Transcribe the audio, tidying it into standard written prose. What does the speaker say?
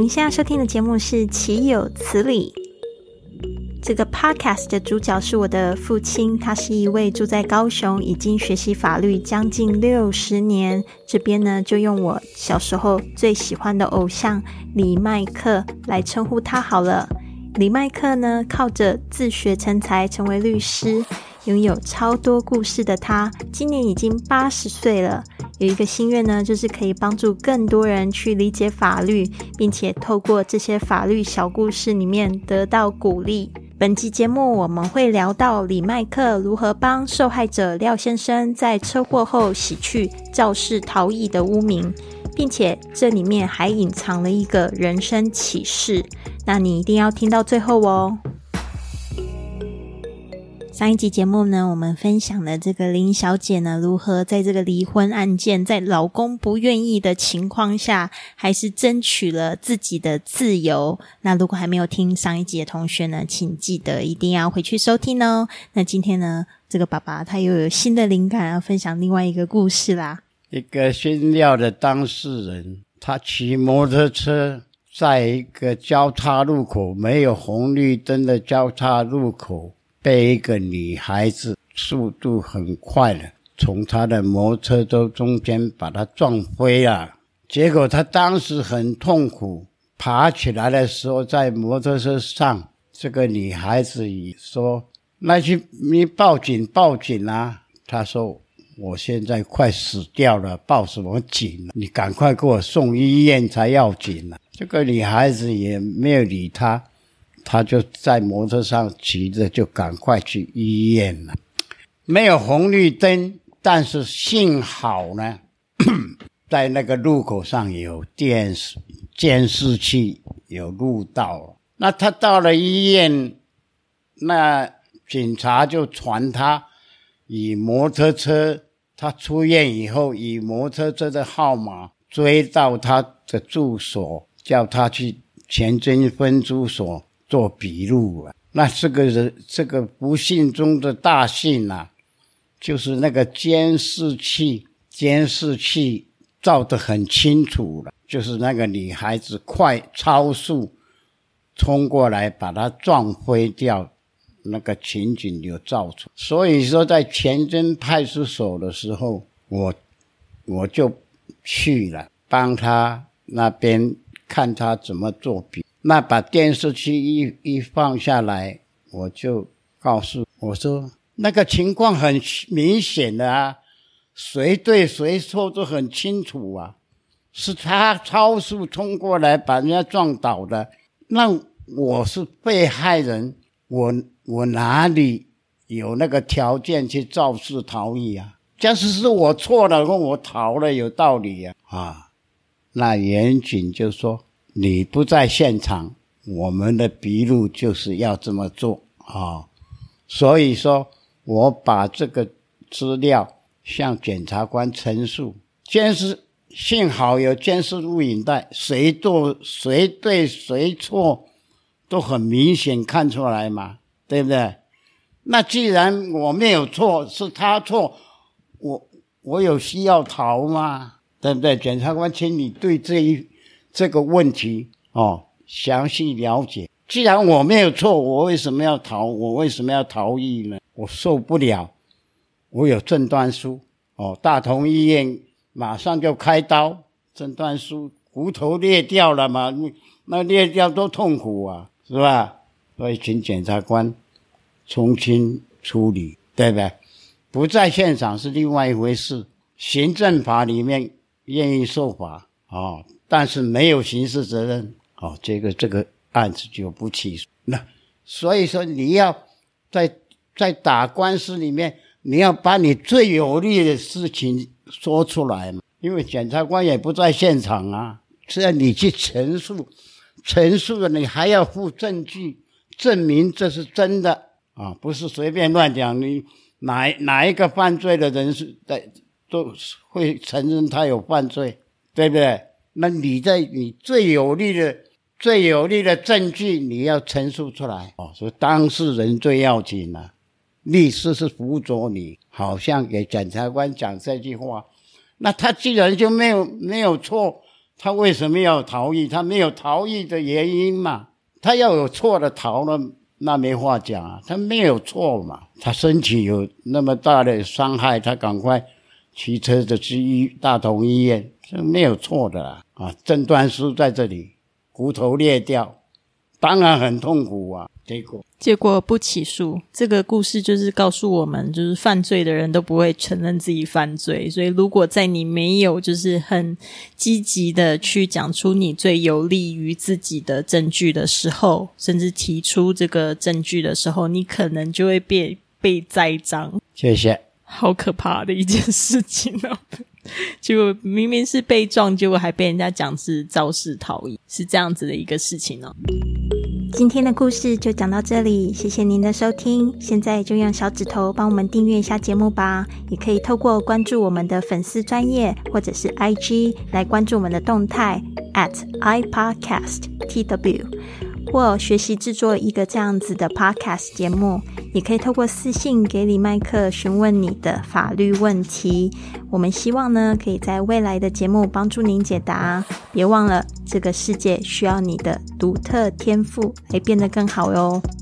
您现在收听的节目是岂有此理。这个 podcast 的主角是我的父亲，他是一位住在高雄，已经学习法律将近60年。这边呢，就用我小时候最喜欢的偶像李麦克来称呼他好了。李麦克呢，靠着自学成才成为律师，拥有超多故事的他，今年已经80岁了。有一个心愿呢，就是可以帮助更多人去理解法律，并且透过这些法律小故事里面得到鼓励。本集节目我们会聊到李麦克如何帮受害者廖先生在车祸后洗去肇事逃逸的污名，并且这里面还隐藏了一个人生启示，那你一定要听到最后哦。上一集节目呢，我们分享了这个林小姐呢，如何在这个离婚案件，在老公不愿意的情况下，还是争取了自己的自由。那如果还没有听上一集的同学呢，请记得一定要回去收听哦。那今天呢，这个爸爸他又有新的灵感，要分享另外一个故事啦。 一个新料的当事人，他骑摩托车在一个交叉路口，没有红绿灯的交叉路口，被一个女孩子速度很快的从他的摩托车中间把他撞飞了。结果他当时很痛苦，爬起来的时候在摩托车上，这个女孩子说，那你报警啊。他说，我现在快死掉了，报什么警啊，你赶快给我送医院才要紧啊。这个女孩子也没有理他，他就在摩托上骑着就赶快去医院了。没有红绿灯，但是幸好呢在那个路口上有监视器有录到。那他到了医院，那警察就传他以摩托车，他出院以后以摩托车的号码追到他的住所，叫他去前镇分驻所做笔录啊。那这个不幸中的大幸啊，就是那个监视器照得很清楚了，就是那个女孩子快超速冲过来把她撞飞掉，那个情景有照出。所以说在前镇派出所的时候，我就去了，帮他那边看他怎么做笔。那把电视机一放下来，我就告诉我说，那个情况很明显的啊，谁对谁错都很清楚啊，是他超速冲过来把人家撞倒的，那我是被害人，我哪里有那个条件去肇事逃逸啊？假使是我错了，我逃了有道理啊。那员警就说，你不在现场，我们的笔录就是要这么做啊。所以说我把这个资料向检察官陈述，幸好有监视录影带，谁对谁错都很明显看出来嘛，对不对？那既然我没有错，是他错，我有需要逃吗？对不对？检察官，请你对这个问题详细了解。既然我没有错，我为什么要逃逸呢？我受不了，我有诊断书大同医院马上就开刀，诊断书骨头裂掉了嘛，那裂掉多痛苦啊，是吧？所以请检察官重新处理，对不对？不在现场是另外一回事，行政法里面愿意受罚但是没有刑事责任这个案子就不起诉。那所以说你要在打官司里面，你要把你最有利的事情说出来嘛，因为检察官也不在现场啊，只要你去陈述了，你还要附证据证明这是真的不是随便乱讲。你哪一个犯罪的人都会承认他有犯罪，对不对？那你最有利的证据你要陈述出来所以当事人最要紧啊。律师是辅佐你，好像给检察官讲这句话，那他既然就没有错， 他为什么要逃逸？他没有逃逸的原因嘛。他要有错的逃了，那没话讲啊，他没有错嘛。他身体有那么大的伤害，他赶快骑车的去大同医院，这没有错的啊。诊断书在这里，骨头裂掉，当然很痛苦啊。 结果不起诉。这个故事就是告诉我们，就是犯罪的人都不会承认自己犯罪，所以如果在你没有就是很积极的去讲出你最有利于自己的证据的时候，甚至提出这个证据的时候，你可能就会被栽赃。 谢谢。 好可怕的一件事情哦。结果明明是被撞，结果还被人家讲是肇事逃逸，是这样子的一个事情哦。今天的故事就讲到这里，谢谢您的收听。现在就用小指头帮我们订阅一下节目吧，也可以透过关注我们的粉丝专页或者是 IG 来关注我们的动态 @iPodcastTW， 或学习制作一个这样子的 podcast 节目，也可以透过私信给李麦克询问你的法律问题。我们希望呢，可以在未来的节目帮助您解答。别忘了，这个世界需要你的独特天赋来变得更好哟。